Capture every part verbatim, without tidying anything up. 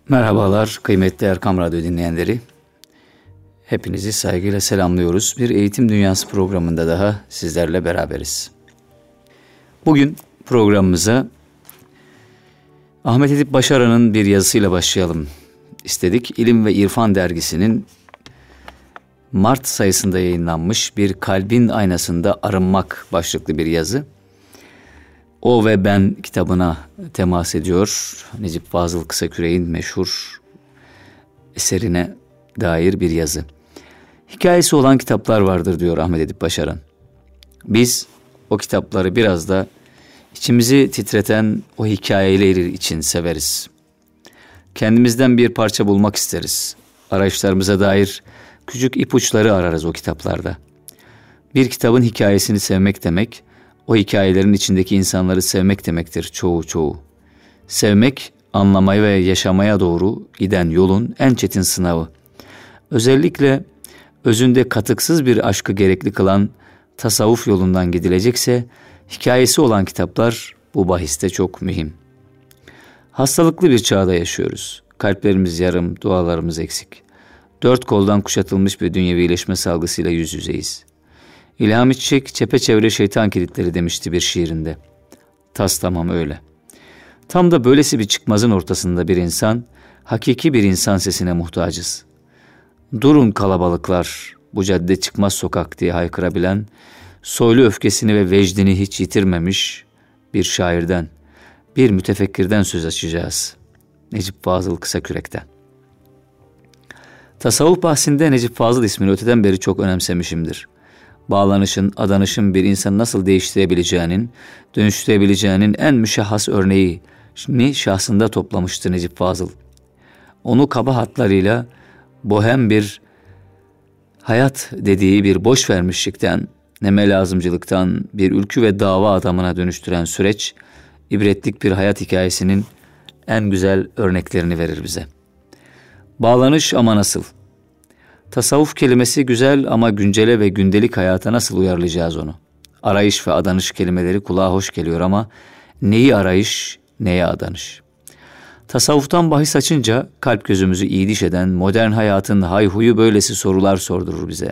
Merhabalar kıymetli Erkam Radyo dinleyenleri. Hepinizi saygıyla selamlıyoruz. Bir Eğitim Dünyası programında daha sizlerle beraberiz. Bugün programımıza Ahmet Edip Başaran'ın bir yazısıyla başlayalım istedik. İlim ve İrfan dergisinin Mart sayısında yayınlanmış Bir Kalbin Aynasında Arınmak başlıklı bir yazı. O ve Ben kitabına temas ediyor. Necip Fazıl Kısaküre'nin meşhur eserine dair bir yazı. Hikayesi olan kitaplar vardır diyor Ahmet Edip Başaran. Biz o kitapları biraz da içimizi titreten o hikayeleri için severiz. Kendimizden bir parça bulmak isteriz. Arayışlarımıza dair küçük ipuçları ararız o kitaplarda. Bir kitabın hikayesini sevmek demek, o hikayelerin içindeki insanları sevmek demektir çoğu çoğu. Sevmek, anlamaya ve yaşamaya doğru giden yolun en çetin sınavı. Özellikle özünde katıksız bir aşkı gerekli kılan tasavvuf yolundan gidilecekse, hikayesi olan kitaplar bu bahiste çok mühim. Hastalıklı bir çağda yaşıyoruz. Kalplerimiz yarım, dualarımız eksik. Dört koldan kuşatılmış bir dünyevileşme salgısıyla yüz yüzeyiz. İlhami Çiçek, çepeçevre şeytan kilitleri demişti bir şiirinde. Tas tamam öyle. Tam da böylesi bir çıkmazın ortasında bir insan, hakiki bir insan sesine muhtacız. Durun kalabalıklar, bu cadde çıkmaz sokak diye haykırabilen, soylu öfkesini ve vecdini hiç yitirmemiş bir şairden, bir mütefekkirden söz açacağız. Necip Fazıl Kısakürek'ten. Tasavvuf bahsinde Necip Fazıl ismini öteden beri çok önemsemişimdir. Bağlanışın, adanışın bir insanı nasıl değiştirebileceğinin, dönüştürebileceğinin en müşahhas örneğini şahsında toplamıştı Necip Fazıl. Onu kaba hatlarıyla bohem bir hayat dediği bir boş vermişlikten, neme lazımcılıktan bir ülkü ve dava adamına dönüştüren süreç, ibretlik bir hayat hikayesinin en güzel örneklerini verir bize. Bağlanış ama nasıl? Tasavvuf kelimesi güzel ama güncele ve gündelik hayata nasıl uyarlayacağız onu? Arayış ve adanış kelimeleri kulağa hoş geliyor ama neyi arayış, neye adanış? Tasavvuftan bahis açınca kalp gözümüzü iyi diş eden modern hayatın hayhuyu böylesi sorular sordurur bize.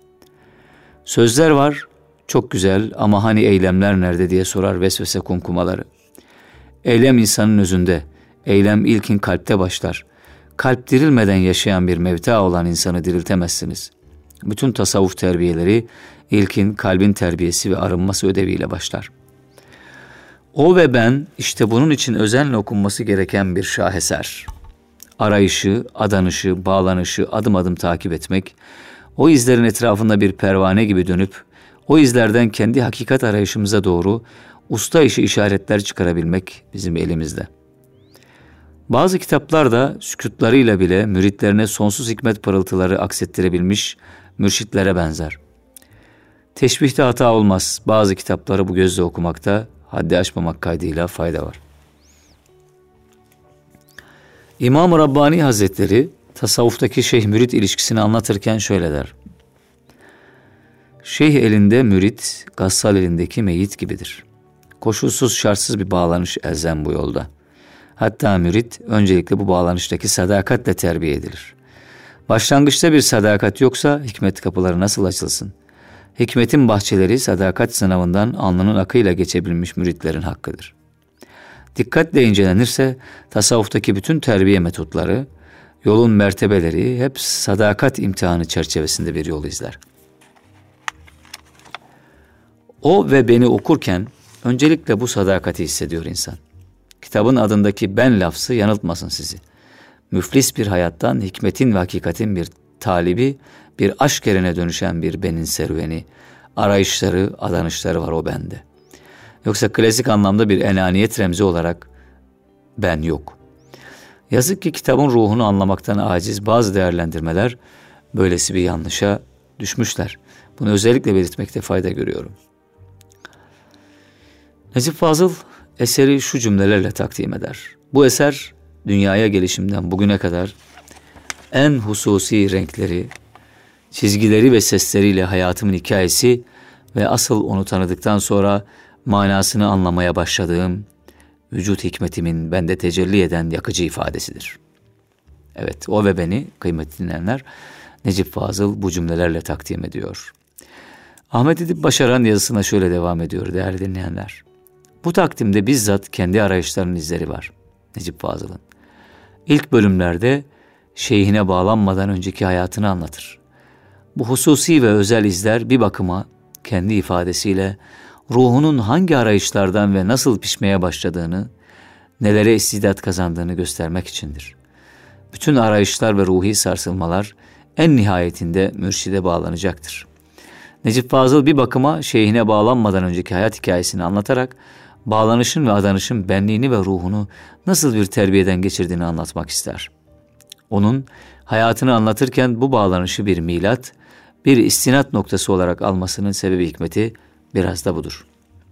Sözler var, çok güzel ama hani eylemler nerede diye sorar vesvese kumkumaları. Eylem insanın özünde, eylem ilkin kalpte başlar. Kalp dirilmeden yaşayan bir mevta olan insanı diriltemezsiniz. Bütün tasavvuf terbiyeleri ilkin kalbin terbiyesi ve arınması ödeviyle başlar. O ve Ben işte bunun için özenle okunması gereken bir şaheser. Arayışı, adanışı, bağlanışı adım adım takip etmek, o izlerin etrafında bir pervane gibi dönüp, o izlerden kendi hakikat arayışımıza doğru usta işi işaretler çıkarabilmek bizim elimizde. Bazı kitaplarda sükûtlarıyla bile müritlerine sonsuz hikmet pırıltıları aksettirebilmiş mürşitlere benzer. Teşbihte hata olmaz. Bazı kitapları bu gözle okumakta haddi aşmamak kaydıyla fayda var. İmam-ı Rabbani Hazretleri tasavvuftaki şeyh-mürit ilişkisini anlatırken şöyle der. Şeyh elinde mürit, gassal elindeki meyit gibidir. Koşulsuz şartsız bir bağlanış elzem bu yolda. Hatta mürit öncelikle bu bağlanıştaki sadakatle terbiye edilir. Başlangıçta bir sadakat yoksa hikmet kapıları nasıl açılsın? Hikmetin bahçeleri sadakat sınavından alnının akıyla geçebilmiş müritlerin hakkıdır. Dikkatle incelenirse tasavvuftaki bütün terbiye metotları, yolun mertebeleri hep sadakat imtihanı çerçevesinde bir yol izler. O ve Beni okurken öncelikle bu sadakati hissediyor insan. Kitabın adındaki ben lafzı yanıltmasın sizi. Müflis bir hayattan hikmetin ve hakikatin bir talibi, bir aşk yerine dönüşen bir benin serüveni, arayışları, adanışları var o bende. Yoksa klasik anlamda bir enaniyet remzi olarak ben yok. Yazık ki kitabın ruhunu anlamaktan aciz bazı değerlendirmeler böylesi bir yanlışa düşmüşler. Bunu özellikle belirtmekte fayda görüyorum. Necip Fazıl eseri şu cümlelerle takdim eder. Bu eser dünyaya gelişimden bugüne kadar en hususi renkleri, çizgileri ve sesleriyle hayatımın hikayesi ve asıl onu tanıdıktan sonra manasını anlamaya başladığım vücut hikmetimin bende tecelli eden yakıcı ifadesidir. Evet, o ve beni kıymetli dinleyenler Necip Fazıl bu cümlelerle takdim ediyor. Ahmet Edip Başaran yazısına şöyle devam ediyor değerli dinleyenler. Bu takdimde bizzat kendi arayışlarının izleri var Necip Fazıl'ın. İlk bölümlerde şeyhine bağlanmadan önceki hayatını anlatır. Bu hususi ve özel izler bir bakıma kendi ifadesiyle ruhunun hangi arayışlardan ve nasıl pişmeye başladığını, nelere istidat kazandığını göstermek içindir. Bütün arayışlar ve ruhi sarsılmalar en nihayetinde mürşide bağlanacaktır. Necip Fazıl bir bakıma şeyhine bağlanmadan önceki hayat hikayesini anlatarak bağlanışın ve adanışın benliğini ve ruhunu nasıl bir terbiyeden geçirdiğini anlatmak ister. Onun hayatını anlatırken bu bağlanışı bir milat, bir istinat noktası olarak almasının sebebi hikmeti biraz da budur.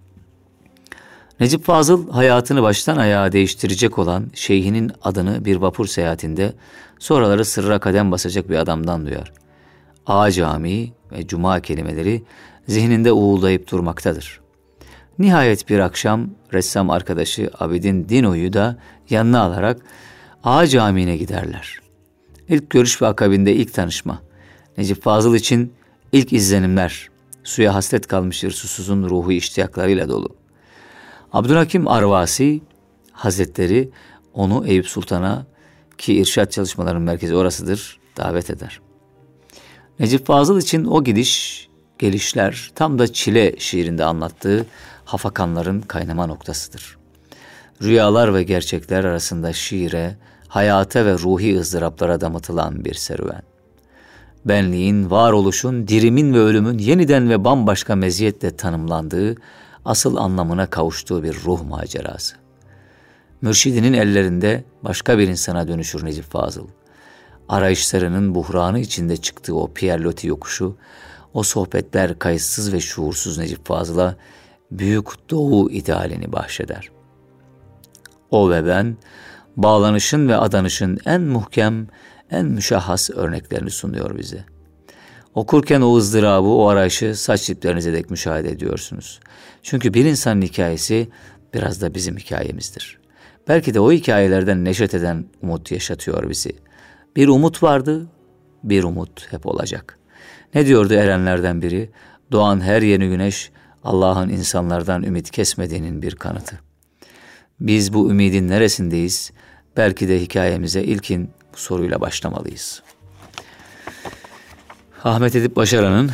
Necip Fazıl hayatını baştan ayağa değiştirecek olan şeyhinin adını bir vapur seyahatinde sonraları sırra kadem basacak bir adamdan duyar. A Camii ve Cuma kelimeleri zihninde uğuldayıp durmaktadır. Nihayet bir akşam ressam arkadaşı Abidin Dino'yu da yanına alarak A Camii'ne giderler. İlk görüş ve akabinde ilk tanışma. Necip Fazıl için ilk izlenimler, suya hasret kalmıştır susuzun ruhu iştiyaklarıyla dolu. Abdülhakim Arvasi Hazretleri onu Eyüp Sultan'a, ki irşat çalışmalarının merkezi orasıdır, davet eder. Necip Fazıl için o gidiş, gelişler tam da Çile şiirinde anlattığı hafakanların kaynama noktasıdır. Rüyalar ve gerçekler arasında şiire, hayata ve ruhi ızdıraplara damıtılan bir serüven. Benliğin, varoluşun, dirimin ve ölümün yeniden ve bambaşka meziyetle tanımlandığı, asıl anlamına kavuştuğu bir ruh macerası. Mürşidinin ellerinde başka bir insana dönüşür Necip Fazıl. Arayışlarının buhranı içinde çıktığı o Pierre Loti yokuşu, o sohbetler kayıtsız ve şuursuz Necip Fazıl'a büyük doğu idealini bahşeder. O ve ben, bağlanışın ve adanışın en muhkem, en müşahhas örneklerini sunuyor bize. Okurken o ızdırabı, o arayışı saç diplerinize dek müşahede ediyorsunuz. Çünkü bir insanın hikayesi biraz da bizim hikayemizdir. Belki de o hikayelerden neşet eden umut yaşatıyor bizi. Bir umut vardı, bir umut hep olacak. Ne diyordu erenlerden biri? Doğan her yeni güneş Allah'ın insanlardan ümit kesmediğinin bir kanıtı. Biz bu ümidin neresindeyiz? Belki de hikayemize ilkin bu soruyla başlamalıyız. Ahmet Edip Başaran'ın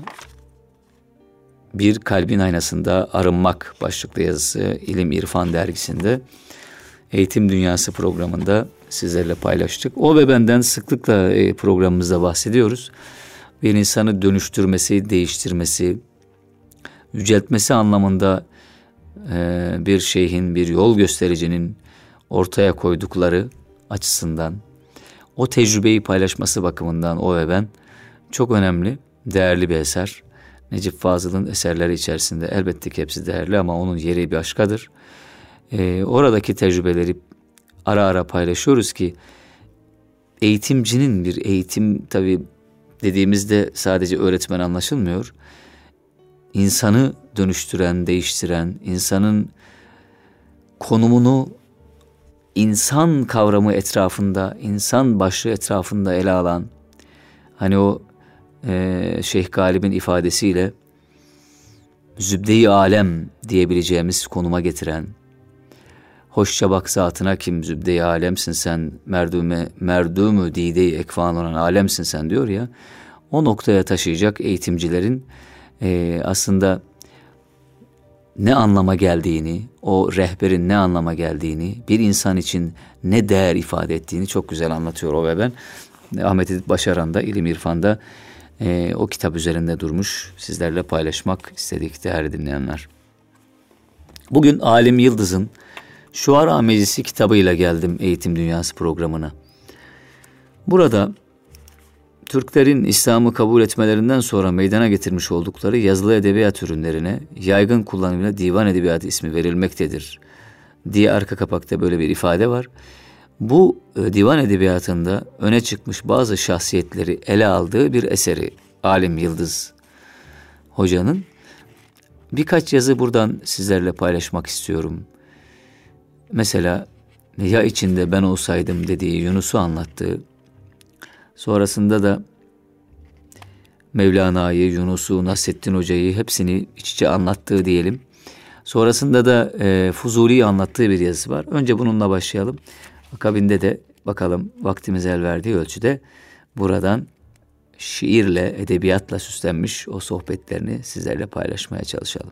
Bir Kalbin Aynasında Arınmak başlıklı yazısı İlim İrfan dergisinde Eğitim Dünyası programında sizlerle paylaştık. O ve benden sıklıkla programımızda bahsediyoruz. Bir insanı dönüştürmesi, değiştirmesi, yüceltmesi anlamında bir şeyhin, bir yol göstericinin ortaya koydukları açısından, o tecrübeyi paylaşması bakımından o ve ben çok önemli, değerli bir eser. Necip Fazıl'ın eserleri içerisinde elbette ki hepsi değerli ama onun yeri bir başkadır. Ee, oradaki tecrübeleri ara ara paylaşıyoruz ki eğitimcinin bir eğitim, tabii dediğimizde sadece öğretmen anlaşılmıyor. İnsanı dönüştüren, değiştiren, insanın konumunu insan kavramı etrafında, insan başlığı etrafında ele alan, hani o e, Şeyh Galip'in ifadesiyle zübde-i alem diyebileceğimiz konuma getiren, hoşça bak zatına kim zübde-i alemsin sen, merdume, merdumü dide-i ekvan olan alemsin sen diyor ya, o noktaya taşıyacak eğitimcilerin e, aslında ne anlama geldiğini, o rehberin ne anlama geldiğini, bir insan için ne değer ifade ettiğini çok güzel anlatıyor o ve ben. Ahmet Edip Başaran da İlim İrfan'da e, o kitap üzerinde durmuş, sizlerle paylaşmak istedik değerli dinleyenler. Bugün Alim Yıldız'ın Şuara Meclisi kitabıyla geldim Eğitim Dünyası programına. Burada Türklerin İslam'ı kabul etmelerinden sonra meydana getirmiş oldukları yazılı edebiyat ürünlerine yaygın kullanımıyla divan edebiyatı ismi verilmektedir diye arka kapakta böyle bir ifade var. Bu e, divan edebiyatında öne çıkmış bazı şahsiyetleri ele aldığı bir eseri Alim Yıldız Hoca'nın. Birkaç yazı buradan sizlerle paylaşmak istiyorum. Mesela ya içinde ben olsaydım dediği Yunus'u anlattığı, sonrasında da Mevlana'yı, Yunus'u, Nasrettin Hoca'yı hepsini iç içe anlattığı diyelim. Sonrasında da e, Fuzuli'yi anlattığı bir yazısı var. Önce bununla başlayalım. Akabinde de bakalım vaktimiz el verdiği ölçüde buradan şiirle, edebiyatla süslenmiş o sohbetlerini sizlerle paylaşmaya çalışalım.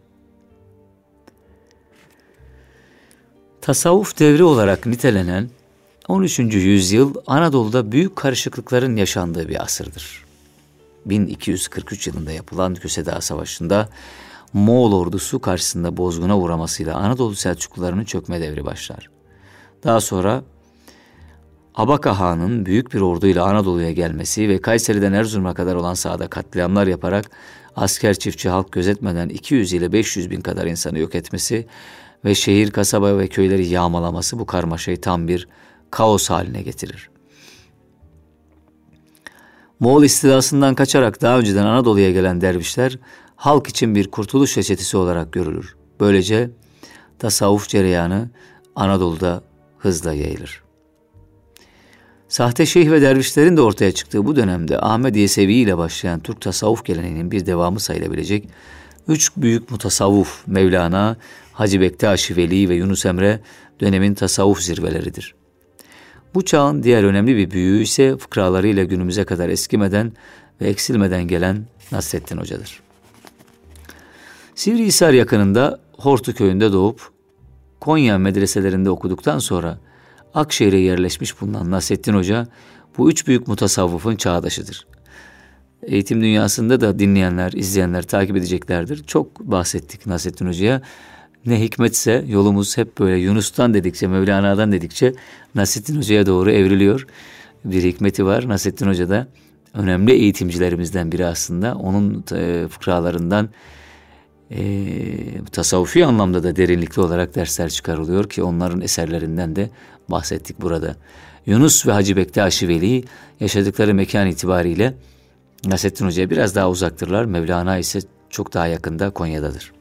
Tasavvuf devri olarak nitelenen on üçüncü yüzyıl Anadolu'da büyük karışıklıkların yaşandığı bir asırdır. bin iki yüz kırk üç yılında yapılan Köse Dağı Savaşı'nda Moğol ordusu karşısında bozguna uğramasıyla Anadolu Selçuklularının çökme devri başlar. Daha sonra Abaka Han'ın büyük bir orduyla Anadolu'ya gelmesi ve Kayseri'den Erzurum'a kadar olan sahada katliamlar yaparak asker, çiftçi, halk gözetmeden iki yüz ile beş yüz bin kadar insanı yok etmesi ve şehir, kasaba ve köyleri yağmalaması bu karmaşayı tam bir kaos haline getirir. Moğol istilasından kaçarak daha önceden Anadolu'ya gelen dervişler halk için bir kurtuluş reçetesi olarak görülür. Böylece tasavvuf cereyanı Anadolu'da hızla yayılır. Sahte şeyh ve dervişlerin de ortaya çıktığı bu dönemde Ahmed Yesevi ile başlayan Türk tasavvuf geleneğinin bir devamı sayılabilecek üç büyük mutasavvuf Mevlana, Hacı Bektaş Veli ve Yunus Emre dönemin tasavvuf zirveleridir. Bu çağın diğer önemli bir büyüğü ise fıkralarıyla günümüze kadar eskimeden ve eksilmeden gelen Nasrettin Hoca'dır. Sivrihisar yakınında Hortu köyünde doğup Konya medreselerinde okuduktan sonra Akşehir'e yerleşmiş bulunan Nasrettin Hoca bu üç büyük mutasavvıfın çağdaşıdır. Eğitim dünyasında da dinleyenler, izleyenler takip edeceklerdir. Çok bahsettik Nasrettin Hoca'ya. Ne hikmetse yolumuz hep böyle Yunus'tan dedikçe, Mevlana'dan dedikçe Nasrettin Hoca'ya doğru evriliyor. Bir hikmeti var. Nasrettin Hoca da önemli eğitimcilerimizden biri aslında. Onun e, fıkralarından e, tasavvufi anlamda da derinlikli olarak dersler çıkarılıyor ki onların eserlerinden de bahsettik burada. Yunus ve Hacı Bektaş Veli yaşadıkları mekan itibariyle Nasrettin Hoca'ya biraz daha uzaktırlar. Mevlana ise çok daha yakında Konya'dadır.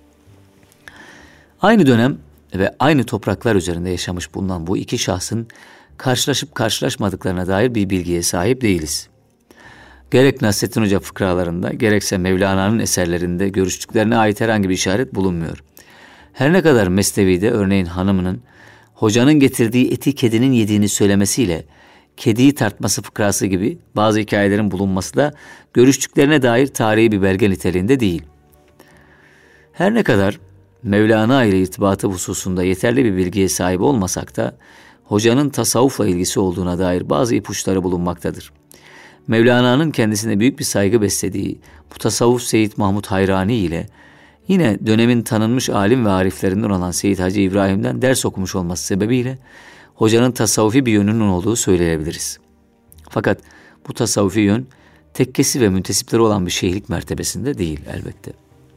Aynı dönem ve aynı topraklar üzerinde yaşamış bulunan bu iki şahsın karşılaşıp karşılaşmadıklarına dair bir bilgiye sahip değiliz. Gerek Nasrettin Hoca fıkralarında gerekse Mevlana'nın eserlerinde görüştüklerine ait herhangi bir işaret bulunmuyor. Her ne kadar Mesnevi'de örneğin hanımının hocanın getirdiği eti kedinin yediğini söylemesiyle kediyi tartması fıkrası gibi bazı hikayelerin bulunması da görüştüklerine dair tarihi bir belge niteliğinde değil. Her ne kadar Mevlana ile irtibatı hususunda yeterli bir bilgiye sahip olmasak da hocanın tasavvufla ilgisi olduğuna dair bazı ipuçları bulunmaktadır. Mevlana'nın kendisine büyük bir saygı beslediği mutasavvuf Seyyid Mahmud Hayrani ile yine dönemin tanınmış alim ve ariflerinden olan Seyyid Hacı İbrahim'den ders okumuş olması sebebiyle hocanın tasavvufi bir yönünün olduğu söyleyebiliriz. Fakat bu tasavvufi yön tekkesi ve müntesipleri olan bir şeyhlik mertebesinde değil elbette.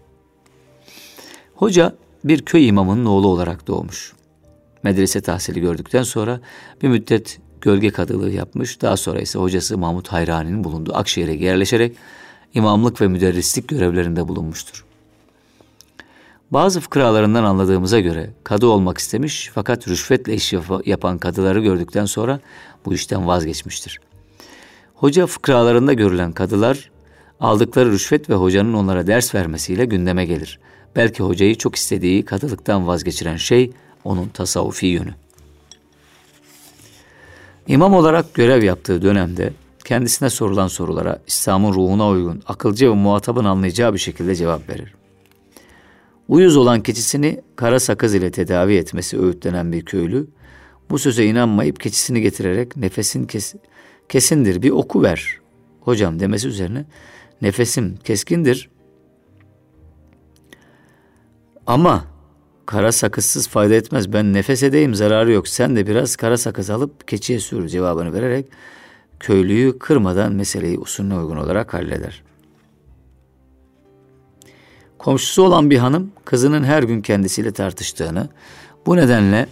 Hoca bir köy imamının oğlu olarak doğmuş. Medrese tahsili gördükten sonra bir müddet gölge kadılığı yapmış. Daha sonra ise hocası Mahmud Hayrani'nin bulunduğu Akşehir'e yerleşerek imamlık ve müderrislik görevlerinde bulunmuştur. Bazı fıkralarından anladığımıza göre kadı olmak istemiş fakat rüşvetle iş yapan kadıları gördükten sonra bu işten vazgeçmiştir. Hoca fıkralarında görülen kadılar aldıkları rüşvet ve hocanın onlara ders vermesiyle gündeme gelir. Belki hocayı çok istediği kadılıktan vazgeçiren şey onun tasavvufi yönü. İmam olarak görev yaptığı dönemde kendisine sorulan sorulara İslam'ın ruhuna uygun, akılcı ve muhatabın anlayacağı bir şekilde cevap verir. Uyuz olan keçisini kara sakız ile tedavi etmesi öğütlenen bir köylü, bu söze inanmayıp keçisini getirerek nefesin kes, kesindir bir oku ver hocam demesi üzerine nefesim keskindir ama kara sakızsız fayda etmez, ben nefes edeyim zararı yok, sen de biraz kara sakız alıp keçiye sür cevabını vererek köylüyü kırmadan meseleyi usulüne uygun olarak halleder. Komşusu olan bir hanım kızının her gün kendisiyle tartıştığını, bu nedenle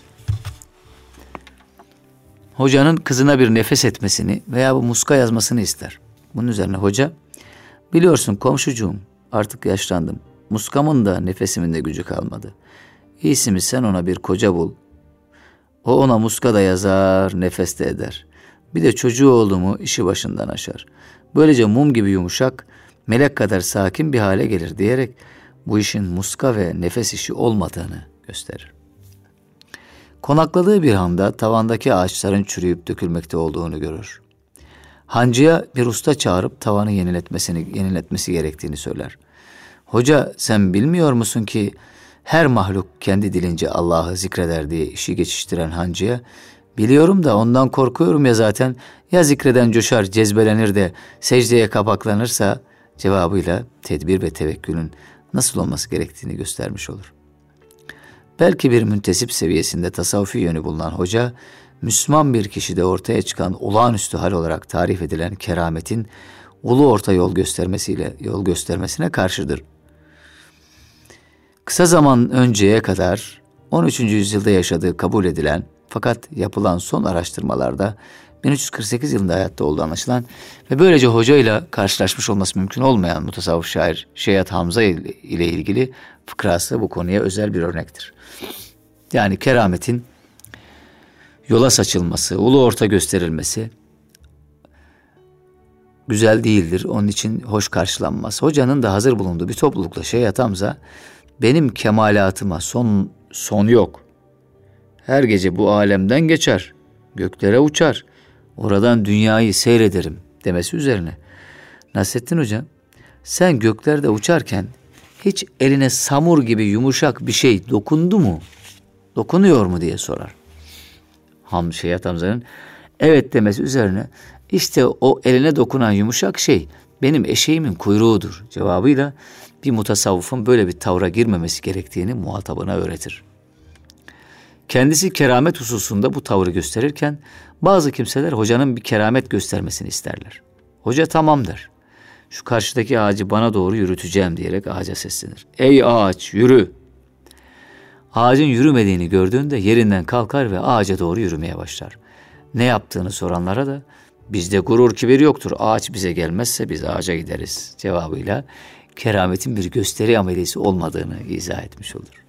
hocanın kızına bir nefes etmesini veya bu muska yazmasını ister. Bunun üzerine hoca, biliyorsun komşucuğum artık yaşlandım, muskamın da nefesimin de gücü kalmadı. İyisi mi sen ona bir koca bul, O ona muska da yazar, nefes de eder. Bir de çocuğu oldu mu işi başından aşar. Böylece mum gibi yumuşak, melek kadar sakin bir hale gelir diyerek bu işin muska ve nefes işi olmadığını gösterir. Konakladığı bir handa tavandaki ağaçların çürüyüp dökülmekte olduğunu görür. Hancıya bir usta çağırıp tavanı yeniletmesini, yeniletmesi gerektiğini söyler. Hoca sen bilmiyor musun ki her mahluk kendi dilince Allah'ı zikreder diye işi geçiştiren hancıya, biliyorum da ondan korkuyorum ya zaten, ya zikreden coşar cezbelenir de secdeye kapaklanırsa cevabıyla tedbir ve tevekkülün nasıl olması gerektiğini göstermiş olur. Belki bir müntesip seviyesinde tasavvufi yönü bulunan hoca, Müslüman bir kişide ortaya çıkan olağanüstü hal olarak tarif edilen kerametin ulu orta yol göstermesiyle yol göstermesine karşıdır. Kısa zaman önceye kadar on üçüncü yüzyılda yaşadığı kabul edilen fakat yapılan son araştırmalarda bin üç yüz kırk sekiz yılında hayatta olduğu anlaşılan ve böylece hocayla karşılaşmış olması mümkün olmayan mutasavvıf şair Şeyhat Hamza ile ilgili fıkrası bu konuya özel bir örnektir. Yani kerametin yola saçılması, ulu orta gösterilmesi güzel değildir. Onun için hoş karşılanmaz. Hocanın da hazır bulunduğu bir toplulukla Şeyhat Hamza, benim kemalatıma son, son yok. Her gece bu alemden geçer, göklere uçar, oradan dünyayı seyrederim demesi üzerine. Nasrettin Hoca, sen göklerde uçarken hiç eline samur gibi yumuşak bir şey dokundu mu? Dokunuyor mu diye sorar. Ham Şeyhat Hamza'nın evet demesi üzerine, işte o eline dokunan yumuşak şey benim eşeğimin kuyruğudur cevabıyla bir mutasavvıfın böyle bir tavra girmemesi gerektiğini muhatabına öğretir. Kendisi keramet hususunda bu tavrı gösterirken bazı kimseler hocanın bir keramet göstermesini isterler. Hoca tamam der. Şu karşıdaki ağacı bana doğru yürüteceğim diyerek ağaca seslenir. Ey ağaç yürü! Ağacın yürümediğini gördüğünde yerinden kalkar ve ağaca doğru yürümeye başlar. Ne yaptığını soranlara da bizde gurur kibir yoktur. Ağaç bize gelmezse biz ağaca gideriz cevabıyla kerametin bir gösteri ameliyesi olmadığını izah etmiş olur.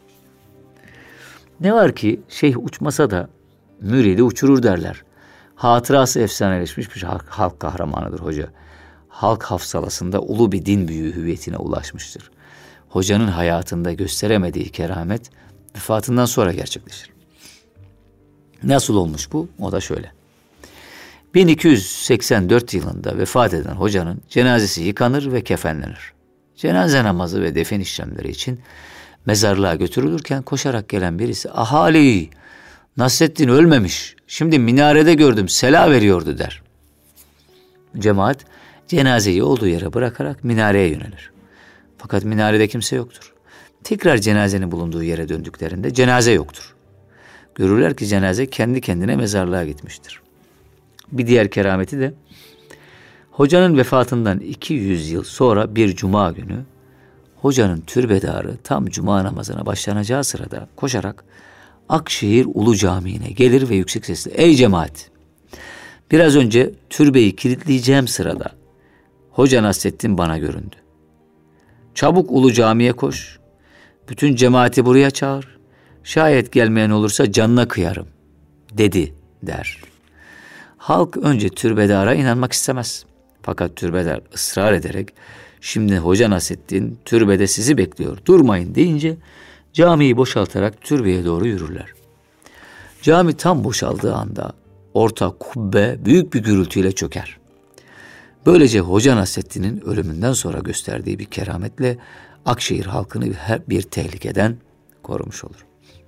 Ne var ki şeyh uçmasa da müridi uçurur derler. Hatırası efsaneleşmiş bir halk, halk kahramanıdır hoca. Halk hafsalasında ulu bir din büyüğü hüviyetine ulaşmıştır. Hocanın hayatında gösteremediği keramet vefatından sonra gerçekleşir. Nasıl olmuş bu? O da şöyle. bin iki yüz seksen dört yılında vefat eden hocanın cenazesi yıkanır ve kefenlenir. Cenaze namazı ve defin işlemleri için mezarlığa götürülürken koşarak gelen birisi ahali Nasrettin ölmemiş, şimdi minarede gördüm sela veriyordu der. Cemaat cenazeyi olduğu yere bırakarak minareye yönelir. Fakat minarede kimse yoktur. Tekrar cenazenin bulunduğu yere döndüklerinde cenaze yoktur. Görürler ki cenaze kendi kendine mezarlığa gitmiştir. Bir diğer kerameti de hocanın vefatından iki yüz yıl sonra bir cuma günü hocanın türbedarı tam cuma namazına başlanacağı sırada koşarak Akşehir Ulu Camii'ne gelir ve yüksek sesle ey cemaat, biraz önce türbeyi kilitleyeceğim sırada Hoca Nasrettin bana göründü. Çabuk Ulu Cami'ye koş, bütün cemaati buraya çağır, şayet gelmeyen olursa canına kıyarım dedi der. Halk önce türbedara inanmak istemez. Fakat türbedar ısrar ederek şimdi Hoca Nasrettin türbede sizi bekliyor durmayın deyince camiyi boşaltarak türbeye doğru yürürler. Cami tam boşaldığı anda orta kubbe büyük bir gürültüyle çöker. Böylece Hoca Nasrettin'in ölümünden sonra gösterdiği bir kerametle Akşehir halkını her bir tehlikeden korumuş olur.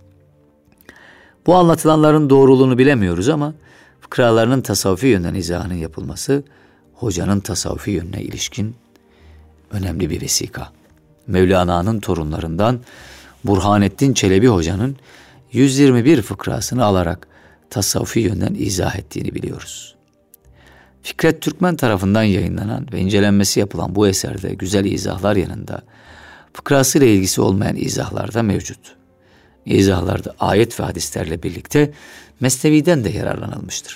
Bu anlatılanların doğruluğunu bilemiyoruz ama fıkralarının tasavvufi yönden izahının yapılması hocanın tasavvufi yönüne ilişkin önemli bir vesika. Mevlana'nın torunlarından Burhanettin Çelebi Hoca'nın yüz yirmi bir fıkrasını alarak tasavvufi yönden izah ettiğini biliyoruz. Fikret Türkmen tarafından yayınlanan ve incelenmesi yapılan bu eserde güzel izahlar yanında fıkrasıyla ilgisi olmayan izahlar da mevcut. İzahlarda ayet ve hadislerle birlikte Mesnevi'den de yararlanılmıştır.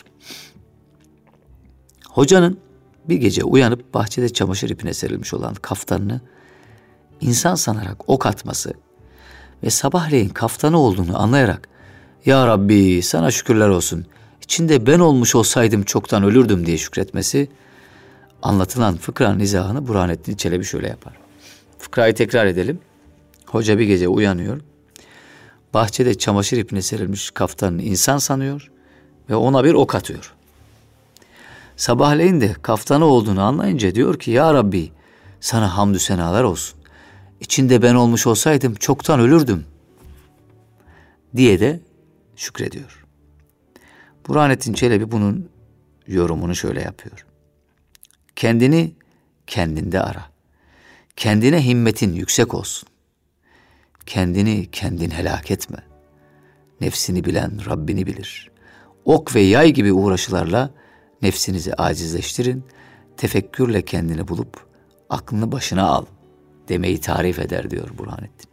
Hocanın bir gece uyanıp bahçede çamaşır ipine serilmiş olan kaftanını insan sanarak ok atması ve sabahleyin kaftanı olduğunu anlayarak Ya Rabbi sana şükürler olsun, İçinde ben olmuş olsaydım çoktan ölürdüm diye şükretmesi, anlatılan fıkranın izahını Burhanettin Çelebi şöyle yapar. Fıkrayı tekrar edelim. Hoca bir gece uyanıyor. Bahçede çamaşır ipine serilmiş kaftanını insan sanıyor ve ona bir ok atıyor. Sabahleyin de kaftanı olduğunu anlayınca diyor ki ya Rabbi sana hamdü senalar olsun. İçinde ben olmuş olsaydım çoktan ölürdüm diye de şükrediyor. Burhanettin Çelebi bunun yorumunu şöyle yapıyor. Kendini kendinde ara. Kendine himmetin yüksek olsun. Kendini kendin helak etme. Nefsini bilen Rabbini bilir. Ok ve yay gibi uğraşılarla nefsinizi acizleştirin. Tefekkürle kendini bulup aklını başına al demeyi tarif eder diyor Burhanettin.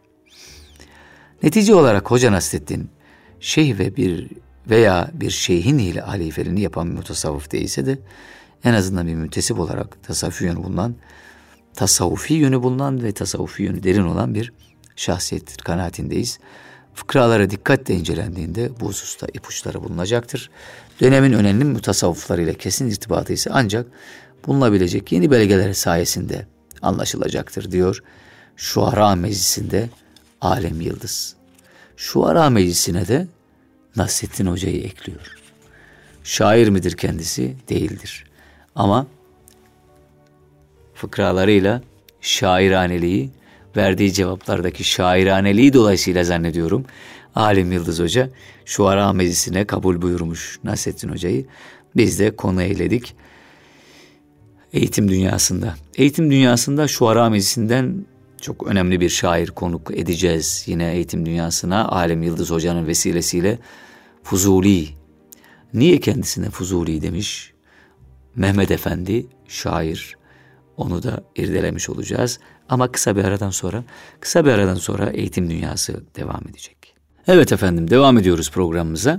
Netice olarak Hoca Nasreddin şeyh ve bir veya bir şeyhin ile halifeliğini yapan bir mutasavvıf değilse de en azından bir müntesip olarak tasavvufi yönü bulunan, tasavvufi yönü bulunan ve tasavvufi yönü derin olan bir şahsiyettir kanaatindeyiz. Fıkralara dikkatle incelendiğinde bu hususta ipuçları bulunacaktır. Dönemin önemli mutasavvıflarıyla kesin irtibatı ise ancak bulunabilecek yeni belgeler sayesinde anlaşılacaktır diyor Şuara Meclisi'nde Alem Yıldız. Şuara Meclisi'ne de Nasrettin Hoca'yı ekliyor. Şair midir kendisi? Değildir. Ama fıkralarıyla şairaneliği, verdiği cevaplardaki şairaneliği dolayısıyla zannediyorum Alem Yıldız Hoca Şuara Meclisi'ne kabul buyurmuş Nasrettin Hoca'yı. Biz de konu eyledik. Eğitim dünyasında. Eğitim dünyasında Şuara Meclisi'nden çok önemli bir şair konuk edeceğiz. Yine eğitim dünyasına Alem Yıldız Hoca'nın vesilesiyle Fuzuli. Niye kendisine Fuzuli demiş? Mehmet Efendi şair. Onu da irdelemiş olacağız. Ama kısa bir aradan sonra, kısa bir aradan sonra eğitim dünyası devam edecek. Evet efendim, devam ediyoruz programımıza.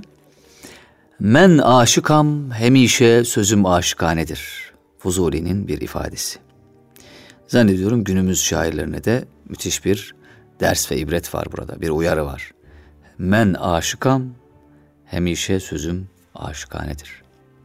Men aşıkam hemişe sözüm aşıkanedir. Fuzuli'nin bir ifadesi. Zannediyorum günümüz şairlerine de müthiş bir ders ve ibret var burada. Bir uyarı var. Men aşıkam hemişe sözüm aşıkanedir.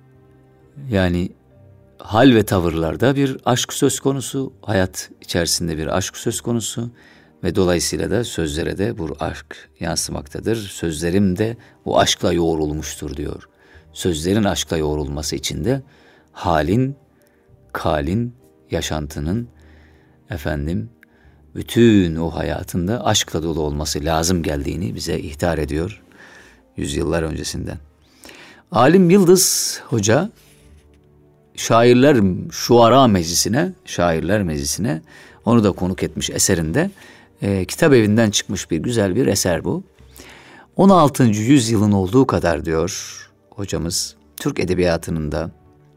Yani hal ve tavırlarda bir aşk söz konusu, hayat içerisinde bir aşk söz konusu ve dolayısıyla da sözlere de bu aşk yansımaktadır. Sözlerim de bu aşkla yoğrulmuştur diyor. Sözlerin aşkla yoğrulması için de halin, kalin, yaşantının efendim bütün o hayatında aşkla dolu olması lazım geldiğini bize ihtar ediyor yüzyıllar öncesinden. Alim Yıldız Hoca Şairler Şuara Meclisi'ne, Şairler Meclisi'ne onu da konuk etmiş eserinde. E, kitap evinden çıkmış bir güzel bir eser bu. on altıncı yüzyılın olduğu kadar diyor hocamız, Türk edebiyatının da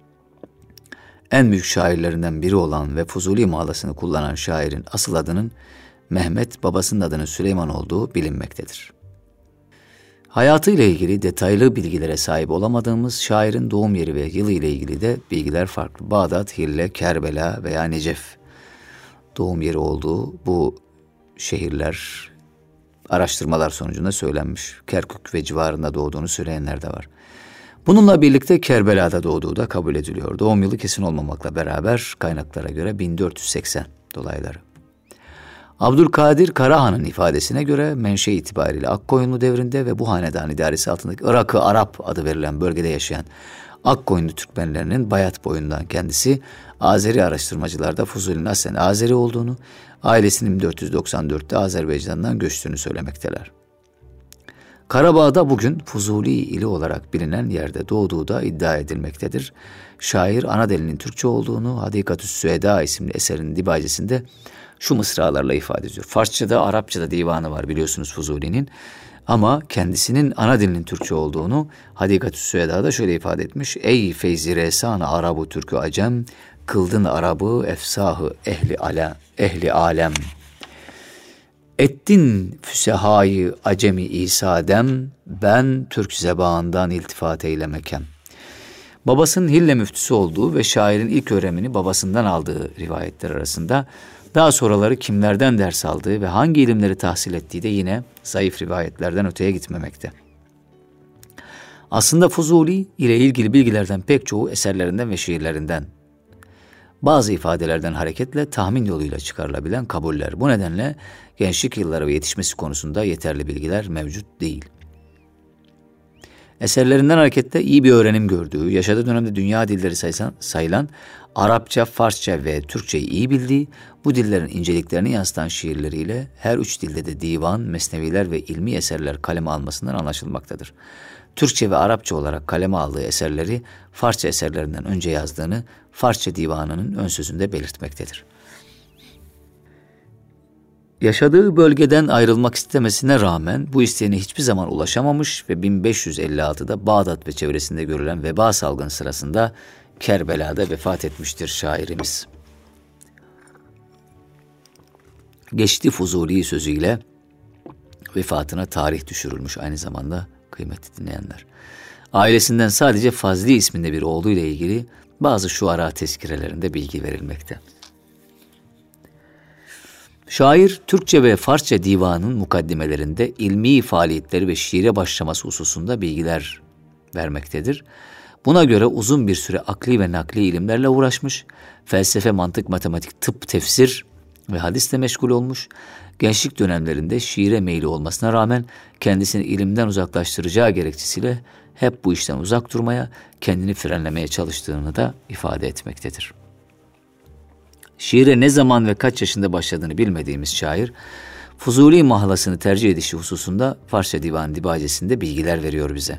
en büyük şairlerinden biri olan ve Fuzuli mağlasını kullanan şairin asıl adının Mehmet, babasının adının Süleyman olduğu bilinmektedir. Hayatıyla ilgili detaylı bilgilere sahip olamadığımız şairin doğum yeri ve yılı ile ilgili de bilgiler farklı. Bağdat, Hille, Kerbela veya Necef doğum yeri olduğu bu şehirler araştırmalar sonucunda söylenmiş. Kerkük ve civarında doğduğunu söyleyenler de var. Bununla birlikte Kerbela'da doğduğu da kabul ediliyor. Doğum yılı kesin olmamakla beraber kaynaklara göre bin dört yüz seksen dolayları. Abdülkadir Karahan'ın ifadesine göre menşe itibariyle Akkoyunlu devrinde ve bu hanedan idaresi altındaki Irak-ı Arap adı verilen bölgede yaşayan Akkoyunlu Türkmenlerinin Bayat boyundan kendisi Azeri araştırmacılarda Fuzuli'nin aslen Azeri olduğunu, ailesinin bin dört yüz doksan dörtte Azerbaycan'dan göçtüğünü söylemekteler. Karabağ'da bugün Fuzuli ili olarak bilinen yerde doğduğu da iddia edilmektedir. Şair ana dilinin Türkçe olduğunu Hadikatü's Süeda isimli eserinin dibacesinde şu mısralarla ifade ediyor. Farsça'da, Arapça'da divanı var biliyorsunuz Fuzuli'nin. Ama kendisinin ana dilinin Türkçe olduğunu Hadikatü's Süeda'da şöyle ifade etmiş. Ey feyzi resan-ı Arabu Türk'ü acem, kıldın Arabı efsahı ehli alem. Ehli alem. Ettin füsehayı acemi İsa'dem, ben Türk zebağından iltifat eylemekem. Babasının Hille müftüsü olduğu ve şairin ilk öğrenimini babasından aldığı rivayetler arasında daha sonraları kimlerden ders aldığı ve hangi ilimleri tahsil ettiği de yine zayıf rivayetlerden öteye gitmemekte. Aslında Fuzuli ile ilgili bilgilerden pek çoğu eserlerinden ve şiirlerinden, bazı ifadelerden hareketle tahmin yoluyla çıkarılabilen kabuller. Bu nedenle gençlik yılları ve yetişmesi konusunda yeterli bilgiler mevcut değil. Eserlerinden hareketle iyi bir öğrenim gördüğü, yaşadığı dönemde dünya dilleri sayılan, sayılan Arapça, Farsça ve Türkçeyi iyi bildiği, bu dillerin inceliklerini yansıtan şiirleriyle her üç dilde de divan, mesneviler ve ilmi eserler kaleme almasından anlaşılmaktadır. Türkçe ve Arapça olarak kaleme aldığı eserleri Farsça eserlerinden önce yazdığını Farsça divanının ön sözünde belirtmektedir. Yaşadığı bölgeden ayrılmak istemesine rağmen bu isteğine hiçbir zaman ulaşamamış ve bin beş yüz elli altıda Bağdat ve çevresinde görülen veba salgını sırasında Kerbela'da vefat etmiştir şairimiz. Geçti Fuzuli sözüyle vefatına tarih düşürülmüş aynı zamanda kıymetli dinleyenler. Ailesinden sadece Fazli isminde bir oğluyla ilgili bazı şuara tezkirelerinde bilgi verilmekte. Şair, Türkçe ve Farsça divanın mukaddimelerinde ilmi faaliyetleri ve şiire başlaması hususunda bilgiler vermektedir. Buna göre uzun bir süre akli ve nakli ilimlerle uğraşmış, felsefe, mantık, matematik, tıp, tefsir ve hadisle meşgul olmuş, gençlik dönemlerinde şiire meyli olmasına rağmen kendisini ilimden uzaklaştıracağı gerekçesiyle hep bu işten uzak durmaya, kendini frenlemeye çalıştığını da ifade etmektedir. Şiire ne zaman ve kaç yaşında başladığını bilmediğimiz şair, Fuzuli mahlasını tercih edişi hususunda Farsça Divan Dibacesi'nde bilgiler veriyor bize.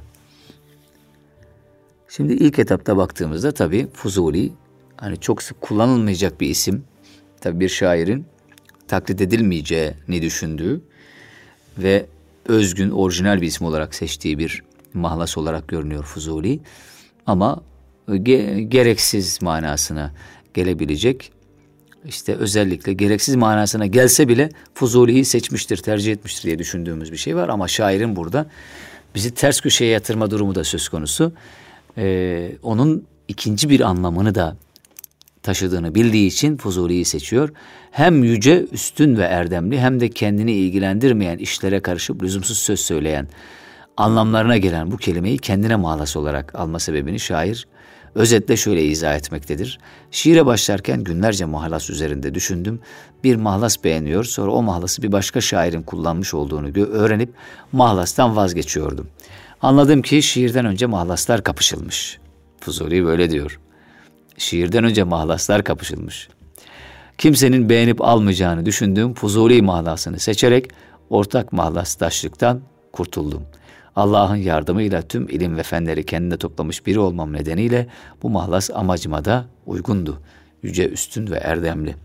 Şimdi ilk etapta baktığımızda tabii Fuzuli, hani çok sık kullanılmayacak bir isim. Tabii bir şairin taklit edilmeyeceğini düşündüğü ve özgün, orijinal bir isim olarak seçtiği bir mahlas olarak görünüyor Fuzuli. Ama ge- gereksiz manasına gelebilecek, İşte özellikle gereksiz manasına gelse bile Fuzuli'yi seçmiştir, tercih etmiştir diye düşündüğümüz bir şey var. Ama şairin burada bizi ters köşeye yatırma durumu da söz konusu. Ee, onun ikinci bir anlamını da taşıdığını bildiği için Fuzuli'yi seçiyor. Hem yüce, üstün ve erdemli hem de kendini ilgilendirmeyen işlere karışıp lüzumsuz söz söyleyen anlamlarına gelen bu kelimeyi kendine mahlas olarak alma sebebini şair özetle şöyle izah etmektedir. Şiire başlarken günlerce mahlas üzerinde düşündüm. Bir mahlas beğeniyor, sonra o mahlası bir başka şairin kullanmış olduğunu gö- öğrenip mahlastan vazgeçiyordum. Anladım ki şiirden önce mahlaslar kapışılmış. Fuzuli böyle diyor. Şiirden önce mahlaslar kapışılmış. Kimsenin beğenip almayacağını düşündüğüm Fuzuli mahlasını seçerek ortak mahlastaşlıktan kurtuldum. Allah'ın yardımıyla tüm ilim ve fenleri kendine toplamış biri olmam nedeniyle bu mahlas amacıma da uygundu. Yüce, üstün ve erdemli.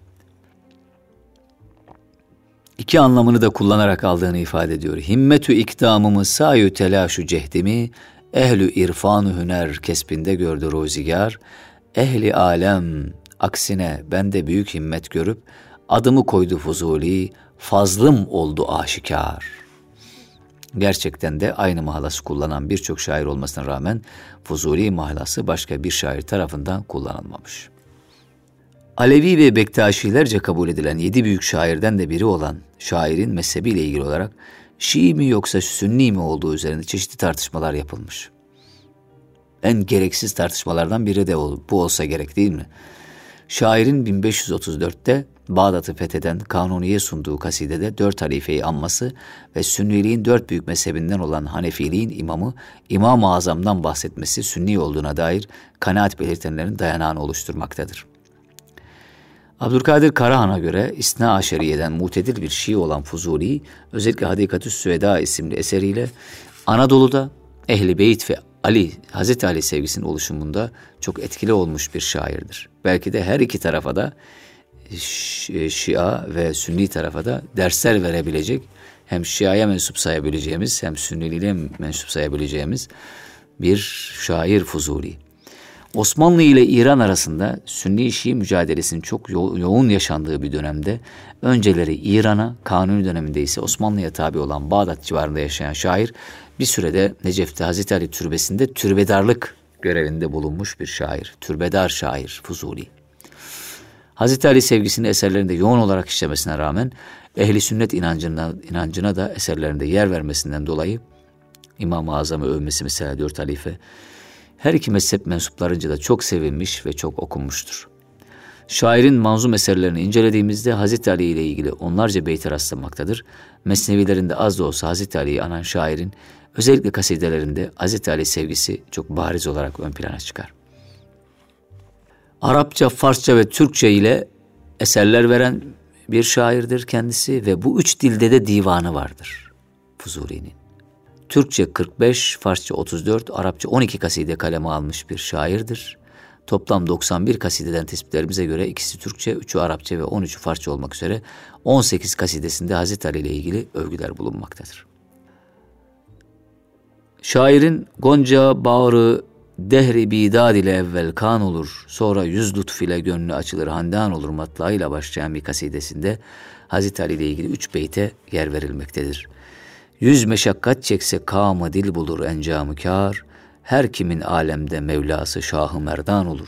İki anlamını da kullanarak aldığını ifade ediyor. Himmetü ikdamımı sayü telaşu cehdimi, ehlü irfanı hüner kesbinde gördü rozigar, ehli alem aksine bende büyük himmet görüp, adımı koydu Fuzuli, fazlım oldu aşikar. Gerçekten de aynı mahlası kullanan birçok şair olmasına rağmen Fuzuli mahlası başka bir şair tarafından kullanılmamış. Alevi ve Bektaşilerce kabul edilen yedi büyük şairden de biri olan şairin mezhebiyle ilgili olarak Şii mi yoksa Sünni mi olduğu üzerinde çeşitli tartışmalar yapılmış. En gereksiz tartışmalardan biri de bu olsa gerek değil mi? Şairin bin beş yüz otuz dörtte Bağdat'ı fetheden Kanuni'ye sunduğu kasidede dört halifeyi anması ve Sünniliğin dört büyük mezhebinden olan Hanefiliğin imamı İmam-ı Azam'dan bahsetmesi Sünni olduğuna dair kanaat belirtenlerin dayanağını oluşturmaktadır. Abdülkadir Karahan'a göre İsna Aşeriye'den mutedil bir Şii olan Fuzuli, özellikle Hadikatü's Süveda isimli eseriyle Anadolu'da Ehl-i Beyt ve Ali, Hazreti Ali sevgisinin oluşumunda çok etkili olmuş bir şairdir. Belki de her iki tarafa da Şia ve Sünni tarafa da dersler verebilecek, hem Şia'ya mensup sayabileceğimiz hem Sünniliğe mensup sayabileceğimiz bir şair Fuzuli. Osmanlı ile İran arasında Sünni-Şii mücadelesinin çok yo- yoğun yaşandığı bir dönemde önceleri İran'a, Kanuni döneminde ise Osmanlı'ya tabi olan Bağdat civarında yaşayan şair bir sürede Necef'te Hazreti Ali türbesinde türbedarlık görevinde bulunmuş bir şair. Türbedar şair Fuzuli. Hazreti Ali sevgisini eserlerinde yoğun olarak işlemesine rağmen ehli sünnet inancına, inancına da eserlerinde yer vermesinden dolayı İmam-ı Azam'ı övmesi mesela dört halife. Her iki mezhep mensuplarınca da çok sevilmiş ve çok okunmuştur. Şairin manzum eserlerini incelediğimizde Hazreti Ali ile ilgili onlarca beyte rastlanmaktadır. Mesnevilerinde az da olsa Hazreti Ali'yi anan şairin özellikle kasidelerinde Hazreti Ali sevgisi çok bariz olarak ön plana çıkar. Arapça, Farsça ve Türkçe ile eserler veren bir şairdir kendisi ve bu üç dilde de divanı vardır Fuzuli'nin. Türkçe kırk beş, Farsça otuz dört, Arapça on iki kaside kaleme almış bir şairdir. Toplam doksan bir kasideden tespitlerimize göre ikisi Türkçe, üçü Arapça ve on üçü Farsça olmak üzere on sekiz kasidesinde Hazreti Ali ile ilgili övgüler bulunmaktadır. Şairin Gonca bağrı dehri bidad ile evvel kan olur, sonra yüz lütf ile gönlü açılır handan olur matlağıyla başlayan bir kasidesinde Hazreti Ali ile ilgili üç beyte yer verilmektedir. Yüz meşakkat çekse kâmı dil bulur encamı kâr, her kimin alemde Mevlası Şah-ı Merdan olur.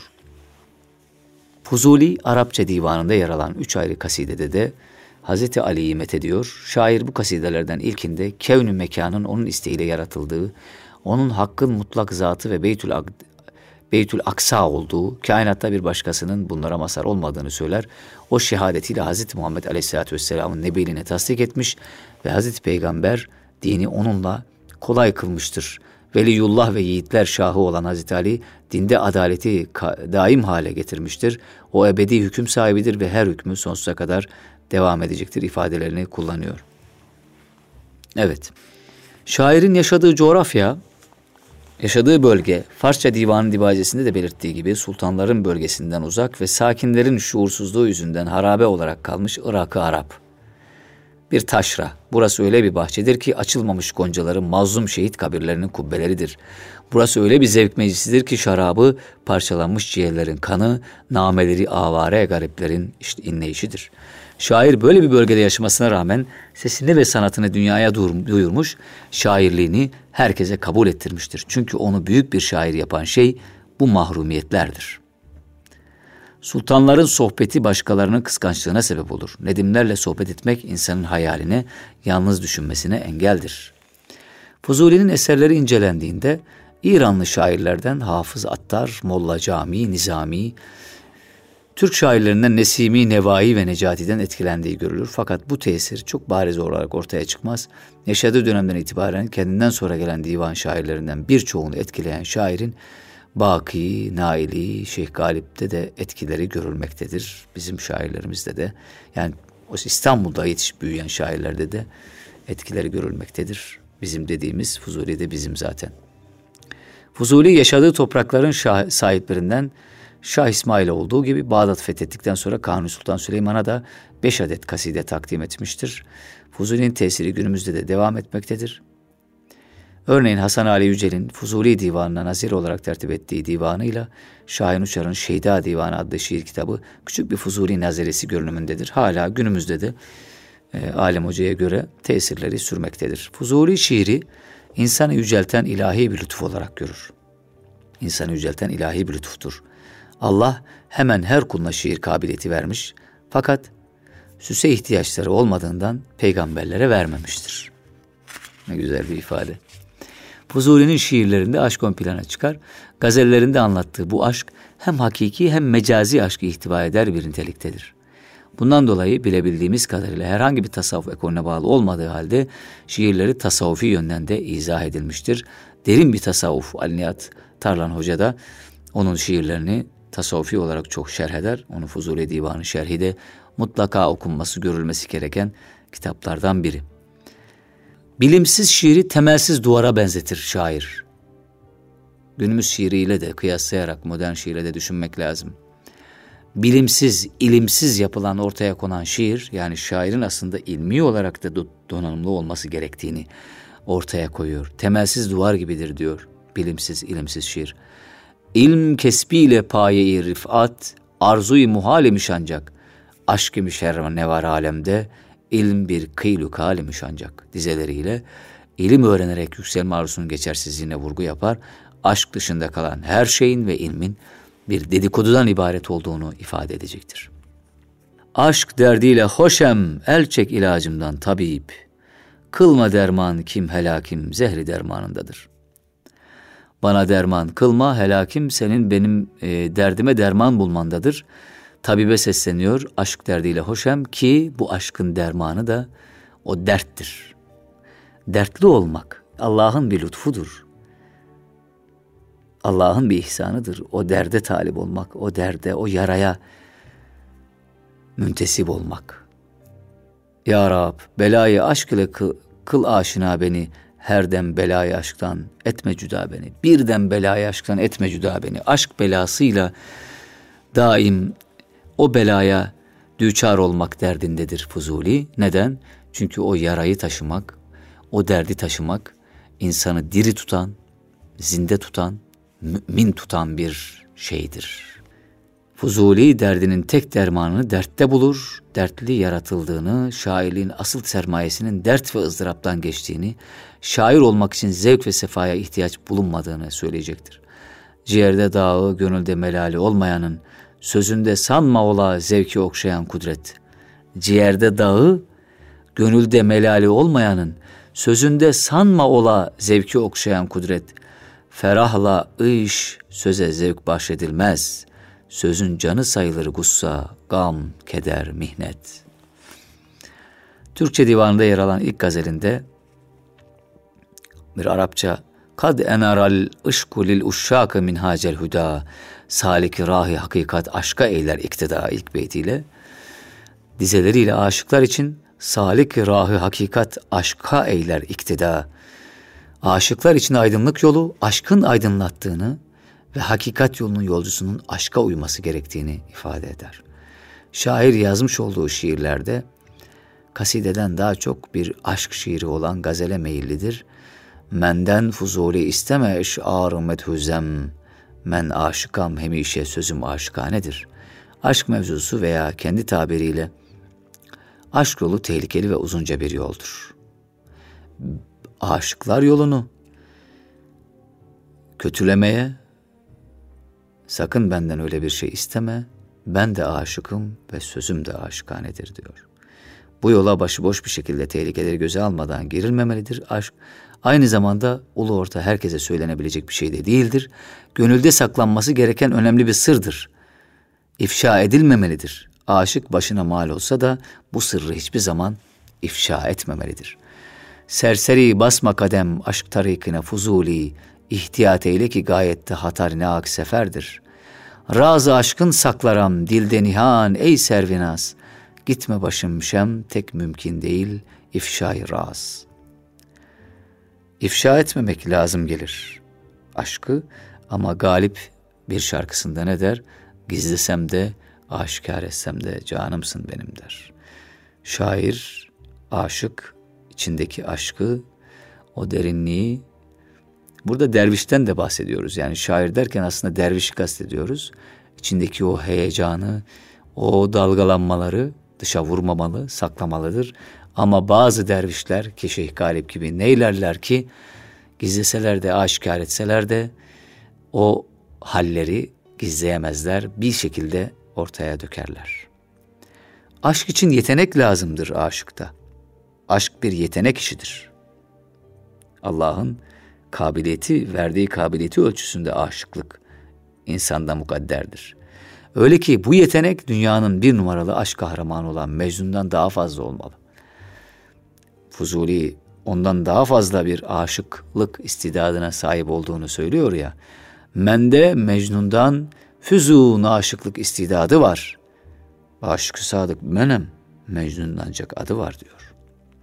Fuzuli, Arapça divanında yer alan üç ayrı kasidede de Hazreti Ali'yi methediyor. Şair bu kasidelerden ilkinde kevn-ü mekanın onun isteğiyle yaratıldığı, onun hakkın mutlak zatı ve Beytül, Beytül Aksa olduğu, kainatta bir başkasının bunlara mazhar olmadığını söyler. O şehadetiyle Hazreti Muhammed Aleyhisselatü Vesselam'ın nebiliğini tasdik etmiş ve Hazreti Peygamber dini onunla kolay kılmıştır. Veliyullah ve yiğitler şahı olan Hazreti Ali, dinde adaleti daim hale getirmiştir. O ebedi hüküm sahibidir ve her hükmü sonsuza kadar devam edecektir ifadelerini kullanıyor. Evet, şairin yaşadığı coğrafya, yaşadığı bölge, Farsça Divan-ı Dibacesi'nde de belirttiği gibi sultanların bölgesinden uzak ve sakinlerin şuursuzluğu yüzünden harabe olarak kalmış Irak-ı Arap. Bir taşra, burası öyle bir bahçedir ki açılmamış goncaların mazlum şehit kabirlerinin kubbeleridir. Burası öyle bir zevk meclisidir ki şarabı parçalanmış ciğerlerin kanı, nameleri avare gariplerin işte inleyişidir. Şair böyle bir bölgede yaşamasına rağmen sesini ve sanatını dünyaya duyurmuş, şairliğini herkese kabul ettirmiştir. Çünkü onu büyük bir şair yapan şey bu mahrumiyetlerdir. Sultanların sohbeti başkalarının kıskançlığına sebep olur. Nedimlerle sohbet etmek insanın hayaline, yalnız düşünmesine engeldir. Fuzuli'nin eserleri incelendiğinde İranlı şairlerden Hafız Attar, Molla Cami, Nizami, Türk şairlerinden Nesimi, Nevai ve Necati'den etkilendiği görülür. Fakat bu tesir çok bariz olarak ortaya çıkmaz. Yaşadığı dönemden itibaren kendinden sonra gelen divan şairlerinden birçoğunu etkileyen şairin Baki, Naili, Şeyh Galip'te de etkileri görülmektedir. Bizim şairlerimizde de, yani o İstanbul'da yetişip büyüyen şairlerde de etkileri görülmektedir. Bizim dediğimiz Fuzuli de bizim zaten. Fuzuli yaşadığı toprakların şah, sahiplerinden Şah İsmail olduğu gibi Bağdat fethettikten sonra Kanuni Sultan Süleyman'a da beş adet kaside takdim etmiştir. Fuzuli'nin tesiri günümüzde de devam etmektedir. Örneğin Hasan Ali Yücel'in Fuzuli Divanı'na nazir olarak tertip ettiği divanıyla Şahin Uçar'ın Şeyda Divanı adlı şiir kitabı küçük bir Fuzuli naziresi görünümündedir. Hala günümüzde de e, Alem Hoca'ya göre tesirleri sürmektedir. Fuzuli şiiri insanı yücelten ilahi bir lütuf olarak görür. İnsanı yücelten ilahi bir lütuftur. Allah hemen her kuluna şiir kabiliyeti vermiş, fakat süse ihtiyaçları olmadığından peygamberlere vermemiştir. Ne güzel bir ifade. Fuzuli'nin şiirlerinde aşk ön plana çıkar. Gazellerinde anlattığı bu aşk hem hakiki hem mecazi aşkı ihtiva eder bir niteliktedir. Bundan dolayı bilebildiğimiz kadarıyla herhangi bir tasavvuf ekolüne bağlı olmadığı halde şiirleri tasavvufi yönden de izah edilmiştir. Derin bir tasavvuf Ali Nihat Tarlan Hoca da onun şiirlerini tasavvufi olarak çok şerh eder. Onu Fuzuli Divanı şerhi de mutlaka okunması, görülmesi gereken kitaplardan biri. Bilimsiz şiiri temelsiz duvara benzetir şair. Günümüz şiiriyle de kıyaslayarak modern şiirle de düşünmek lazım. Bilimsiz, ilimsiz yapılan ortaya konan şiir, yani şairin aslında ilmi olarak da donanımlı olması gerektiğini ortaya koyuyor. Temelsiz duvar gibidir diyor bilimsiz, ilimsiz şiir. İlm kesbiyle paye-i rifat, arzu-i muhal imiş ancak. Aşk imiş her ne var alemde, ilm bir kıylu kal imiş ancak. Dizeleriyle ilim öğrenerek yükselme arzusunun geçersizliğine vurgu yapar. Aşk dışında kalan her şeyin ve ilmin bir dedikodudan ibaret olduğunu ifade edecektir. Aşk derdiyle hoşem, el çek ilacımdan tabip. kılma derman kim helakim zehri dermanındadır. Bana derman kılma, helakim senin benim e, derdime derman bulmandadır. Tabibe sesleniyor aşk derdiyle hoşem ki bu aşkın dermanı da o derttir. Dertli olmak Allah'ın bir lütfudur. Allah'ın bir ihsanıdır. O derde talip olmak, o derde, o yaraya müntesip olmak. Ya Rab, belayı aşk ile kıl, kıl aşina beni, her dem belayı aşktan etme cüda beni. Birden belayı aşktan etme cüda beni. Aşk belasıyla daim o belaya düçar olmak derdindedir Fuzuli. Neden? Çünkü o yarayı taşımak, o derdi taşımak insanı diri tutan, zinde tutan, mümin tutan bir şeydir. Fuzuli derdinin tek dermanını dertte bulur, dertli yaratıldığını, şairliğin asıl sermayesinin dert ve ızdıraptan geçtiğini, şair olmak için zevk ve sefaya ihtiyaç bulunmadığını söyleyecektir. Ciğerde dağı, gönülde melali olmayanın, sözünde sanma ola zevki okşayan kudret. Ciğerde dağı, gönülde melali olmayanın, sözünde sanma ola zevki okşayan kudret. Ferahla ış söze zevk bahşedilmez. Sözün canı sayılır gussa, gam, keder, mihnet. Türkçe divanında yer alan ilk gazelinde bir Arapça kad enaral ışku lil uşşâkı min hacel huda salik rahi hakikat aşka eyler iktida ilk beytiyle dizeleriyle aşıklar için salik rahi hakikat aşka eyler iktida. Aşıklar için aydınlık yolu aşkın aydınlattığını ve hakikat yolunun yolcusunun aşka uyması gerektiğini ifade eder. Şair yazmış olduğu şiirlerde kasideden daha çok bir aşk şiiri olan gazele meyillidir. Menden Fuzuli isteme eş'ar-ı medhuzem, men aşıkam hemişe sözüm aşıkanedir. Aşk mevzusu veya kendi tabiriyle aşk yolu tehlikeli ve uzunca bir yoldur. Aşıklar yolunu kötülemeye, sakın benden öyle bir şey isteme, ben de aşıkım ve sözüm de aşıkanedir diyor. Bu yola başıboş bir şekilde tehlikeleri göze almadan girilmemelidir. Aşk aynı zamanda ulu orta herkese söylenebilecek bir şey de değildir. Gönülde saklanması gereken önemli bir sırdır. İfşa edilmemelidir. Aşık başına mal olsa da bu sırrı hiçbir zaman ifşa etmemelidir. Serseri basma kadem aşk tarikine Fuzuli, ihtiyat eyle ki gayette hatar ne ak seferdir. Razı aşkın saklaram dilde nihan ey servinaz, gitme başım şem tek mümkün değil ifşa-i raz. İfşa etmemek lazım gelir aşkı ama Galip bir şarkısında ne der? Gizlesem de aşikar etsem de canımsın benim der. Şair, aşık, içindeki aşkı, o derinliği, burada dervişten de bahsediyoruz. Yani şair derken aslında dervişi kastediyoruz. İçindeki o heyecanı, o dalgalanmaları dışa vurmamalı, saklamalıdır. Ama bazı dervişler ki Şeyh Galip gibi neylerler ki gizleseler de aşikar etseler de o halleri gizleyemezler. Bir şekilde ortaya dökerler. Aşk için yetenek lazımdır aşıkta. Aşk bir yetenek işidir. Allah'ın kabiliyeti, verdiği kabiliyeti ölçüsünde aşıklık insanda mukadderdir. Öyle ki bu yetenek dünyanın bir numaralı aşk kahramanı olan Mecnun'dan daha fazla olmalı. Fuzuli ondan daha fazla bir aşıklık istidadına sahip olduğunu söylüyor ya. Mende Mecnun'dan füzun aşıklık istidadı var. Aşık-ı sadık menem, Mecnun'un ancak adı var diyor.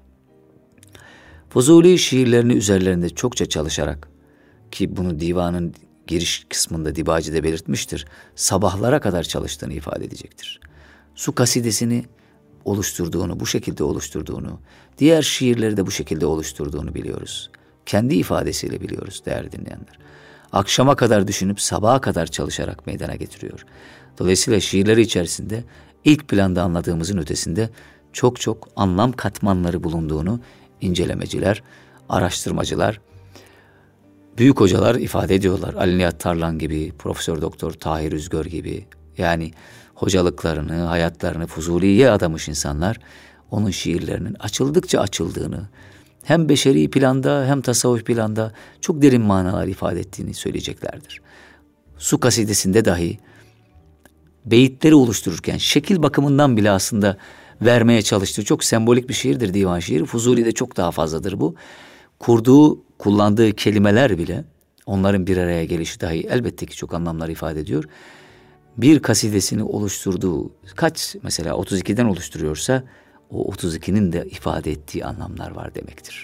Fuzuli şiirlerini üzerlerinde çokça çalışarak, ki bunu divanın giriş kısmında Dibacı de belirtmiştir, sabahlara kadar çalıştığını ifade edecektir. Su kasidesini oluşturduğunu, bu şekilde oluşturduğunu, diğer şiirleri de bu şekilde oluşturduğunu biliyoruz. Kendi ifadesiyle biliyoruz değerli dinleyenler. Akşama kadar düşünüp sabaha kadar çalışarak meydana getiriyor. Dolayısıyla şiirleri içerisinde ilk planda anladığımızın ötesinde çok çok anlam katmanları bulunduğunu incelemeciler, araştırmacılar, büyük hocalar ifade ediyorlar. Ali Nihat Tarlan gibi, Profesör Doktor Tahir Üzgör gibi, yani hocalıklarını, hayatlarını Fuzuli'ye adamış insanlar onun şiirlerinin açıldıkça açıldığını, hem beşeri planda hem tasavvuf planda çok derin manalar ifade ettiğini söyleyeceklerdir. Su kasidesinde dahi beyitleri oluştururken şekil bakımından bile aslında vermeye çalıştığı çok sembolik bir şiirdir divan şiiri. Fuzuli'de çok daha fazladır bu. Kurduğu, kullandığı kelimeler bile, onların bir araya gelişi dahi elbette ki çok anlamlar ifade ediyor. Bir kasidesini oluşturduğu, kaç mesela otuz ikiden oluşturuyorsa o otuz ikinin de ifade ettiği anlamlar var demektir.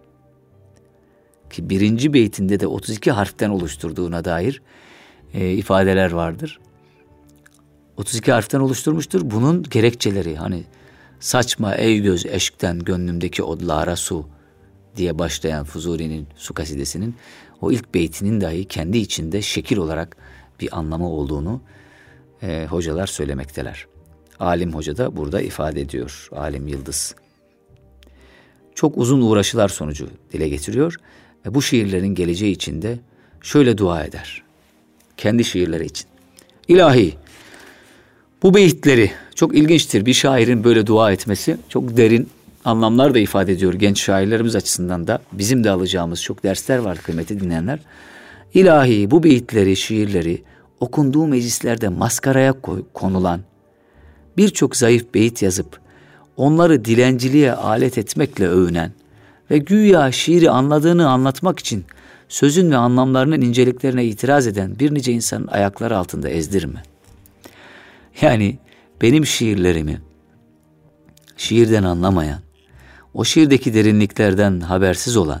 Ki birinci beytinde de otuz iki harften oluşturduğuna dair e, ifadeler vardır. otuz iki harften oluşturmuştur. Bunun gerekçeleri, hani saçma ey göz eşkten gönlümdeki odlara su diye başlayan Fuzuli'nin Su kasidesinin o ilk beytinin dahi kendi içinde şekil olarak bir anlamı olduğunu e, hocalar söylemekteler. Alim Hoca da burada ifade ediyor. Alim Yıldız. Çok uzun uğraşılar sonucu dile getiriyor ve bu şiirlerin geleceği için de şöyle dua eder. Kendi şiirleri için. İlahi, bu beyitleri çok ilginçtir. Bir şairin böyle dua etmesi çok derin anlamlar da ifade ediyor. Genç şairlerimiz açısından da bizim de alacağımız çok dersler var kıymetli dinleyenler. İlahi, bu beyitleri, şiirleri okunduğu meclislerde maskaraya konulan, birçok zayıf beyit yazıp onları dilenciliğe alet etmekle övünen ve güya şiiri anladığını anlatmak için sözün ve anlamlarının inceliklerine itiraz eden bir nice insanın ayakları altında ezdirme. Yani benim şiirlerimi şiirden anlamayan, o şiirdeki derinliklerden habersiz olan,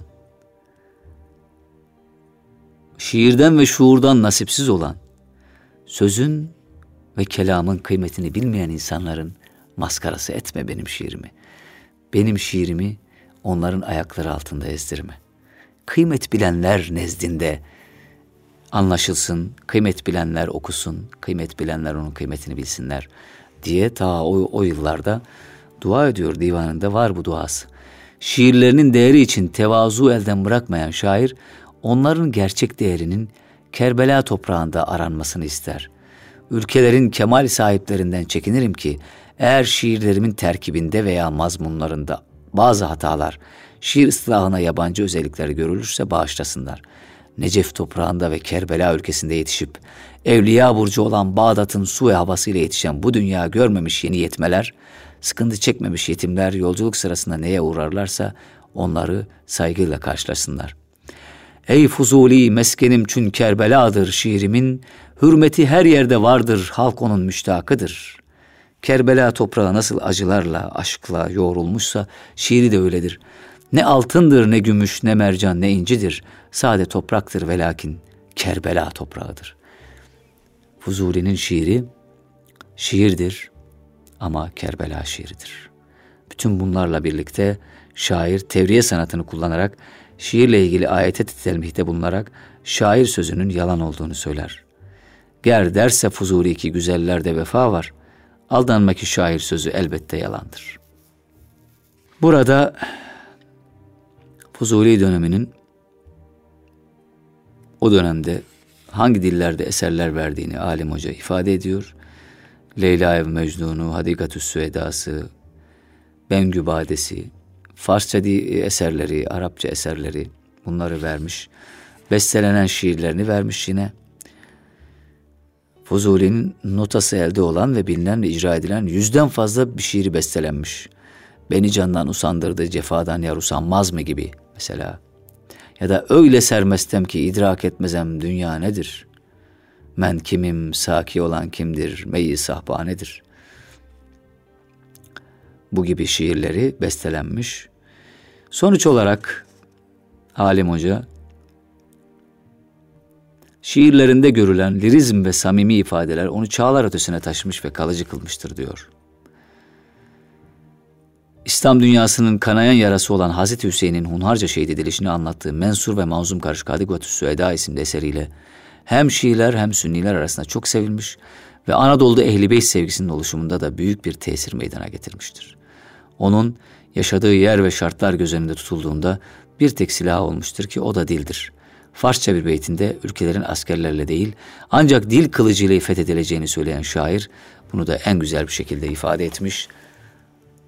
şiirden ve şuurdan nasipsiz olan, sözün ve kelamın kıymetini bilmeyen insanların maskarası etme benim şiirimi. Benim şiirimi onların ayakları altında ezdirme. Kıymet bilenler nezdinde anlaşılsın, kıymet bilenler okusun, kıymet bilenler onun kıymetini bilsinler diye ta o, o yıllarda dua ediyor. Divanında var bu duası. Şiirlerinin değeri için tevazu elden bırakmayan şair, onların gerçek değerinin Kerbela toprağında aranmasını ister. Ülkelerin kemal sahiplerinden çekinirim ki, eğer şiirlerimin terkibinde veya mazmunlarında bazı hatalar, şiir ıslahına yabancı özellikler görülürse bağışlasınlar. Necef toprağında ve Kerbela ülkesinde yetişip, Evliya burcu olan Bağdat'ın su ve havasıyla yetişen bu dünya görmemiş yeni yetmeler, sıkıntı çekmemiş yetimler yolculuk sırasında neye uğrarlarsa onları saygıyla karşılasınlar. Ey Fuzuli, meskenim çün Kerbela'dır şiirimin, hürmeti her yerde vardır, halk onun müştakıdır. Kerbela toprağı nasıl acılarla, aşkla yoğrulmuşsa şiiri de öyledir. Ne altındır, ne gümüş, ne mercan, ne incidir. Sade topraktır ve lakin Kerbela toprağıdır. Fuzuli'nin şiiri şiirdir ama Kerbela şiiridir. Bütün bunlarla birlikte şair tevriye sanatını kullanarak şiirle ilgili ayete telmihte bulunarak şair sözünün yalan olduğunu söyler. Ger derse Fuzuli ki güzellerde vefa var, aldanma ki şair sözü elbette yalandır. Burada Fuzuli döneminin o dönemde hangi dillerde eserler verdiğini Alim Hoca ifade ediyor. Leyla ve Mecnun'u, Hadigatü's Süedası, Bengü Badesi, Farsça eserleri, Arapça eserleri bunları vermiş. Bestelenen şiirlerini vermiş yine. Fuzuli'nin notası elde olan ve bilinen ve icra edilen yüzden fazla bir şiiri bestelenmiş. Beni candan usandırdı, cefadan yar usanmaz mı gibi mesela. Ya da öyle sermestem ki idrak etmezem dünya nedir? Men kimim, saki olan kimdir, meyi sahbanedir. Bu gibi şiirleri bestelenmiş. Sonuç olarak Alim Hoca şiirlerinde görülen lirizm ve samimi ifadeler onu çağlar ötesine taşımış ve kalıcı kılmıştır diyor. İslam dünyasının kanayan yarası olan Hazreti Hüseyin'in hunharca şehit edilişini anlattığı Mensur ve Manzum karşı Hadigatü's Süeda isimli eseriyle hem Şiiler hem Sünniler arasında çok sevilmiş ve Anadolu'da Ehl-i Beyt sevgisinin oluşumunda da büyük bir tesir meydana getirmiştir. Onun yaşadığı yer ve şartlar göz önünde tutulduğunda bir tek silah olmuştur ki o da dildir. Farsça bir beytinde ülkelerin askerlerle değil ancak dil kılıcıyla fethedileceğini söyleyen şair bunu da en güzel bir şekilde ifade etmiş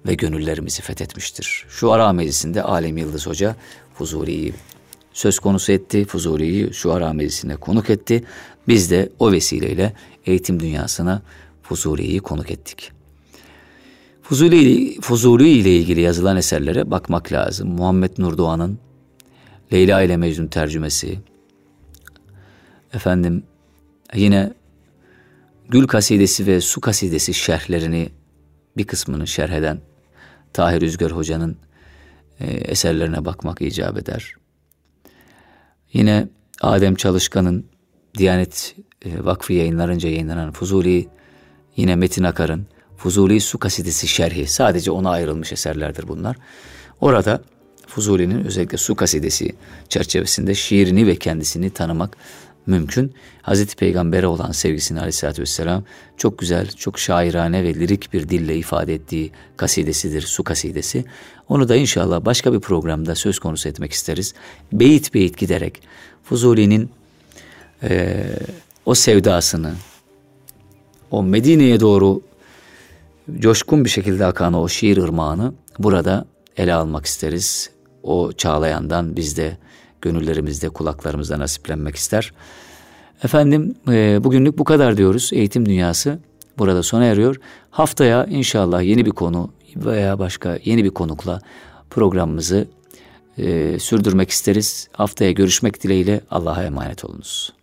ve gönüllerimizi fethetmiştir. Şuara Meclisi'nde Alem Yıldız Hoca Fuzuli'yi söz konusu etti. Fuzuli'yi Şuara Meclisi'ne konuk etti. Biz de o vesileyle eğitim dünyasına Fuzuli'yi konuk ettik. Fuzuli, Fuzuli ile ilgili yazılan eserlere bakmak lazım. Muhammed Nurdoğan'ın Leyla ile Mecnun tercümesi, efendim yine Gül Kasidesi ve Su Kasidesi şerhlerini bir kısmını şerh eden Tahir Üzger Hoca'nın e, eserlerine bakmak icap eder. Yine Adem Çalışkan'ın Diyanet e, Vakfı yayınlarınca yayınlanan Fuzuli, yine Metin Akar'ın Fuzuli Su Kasidesi şerhi, sadece ona ayrılmış eserlerdir bunlar. Orada Fuzuli'nin özellikle Su Kasidesi çerçevesinde şiirini ve kendisini tanımak mümkün. Hazreti Peygamber'e olan sevgisini aleyhissalatü vesselam çok güzel, çok şairane ve lirik bir dille ifade ettiği kasidesidir Su Kasidesi. Onu da inşallah başka bir programda söz konusu etmek isteriz. Beyit beyit giderek Fuzuli'nin e, o sevdasını, o Medine'ye doğru coşkun bir şekilde akan o şiir ırmağını burada ele almak isteriz. O çağlayandan biz de gönüllerimizde, kulaklarımızda nasiplenmek ister. Efendim e, bugünlük bu kadar diyoruz. Eğitim Dünyası burada sona eriyor. Haftaya inşallah yeni bir konu veya başka yeni bir konukla programımızı e, sürdürmek isteriz. Haftaya görüşmek dileğiyle Allah'a emanet olunuz.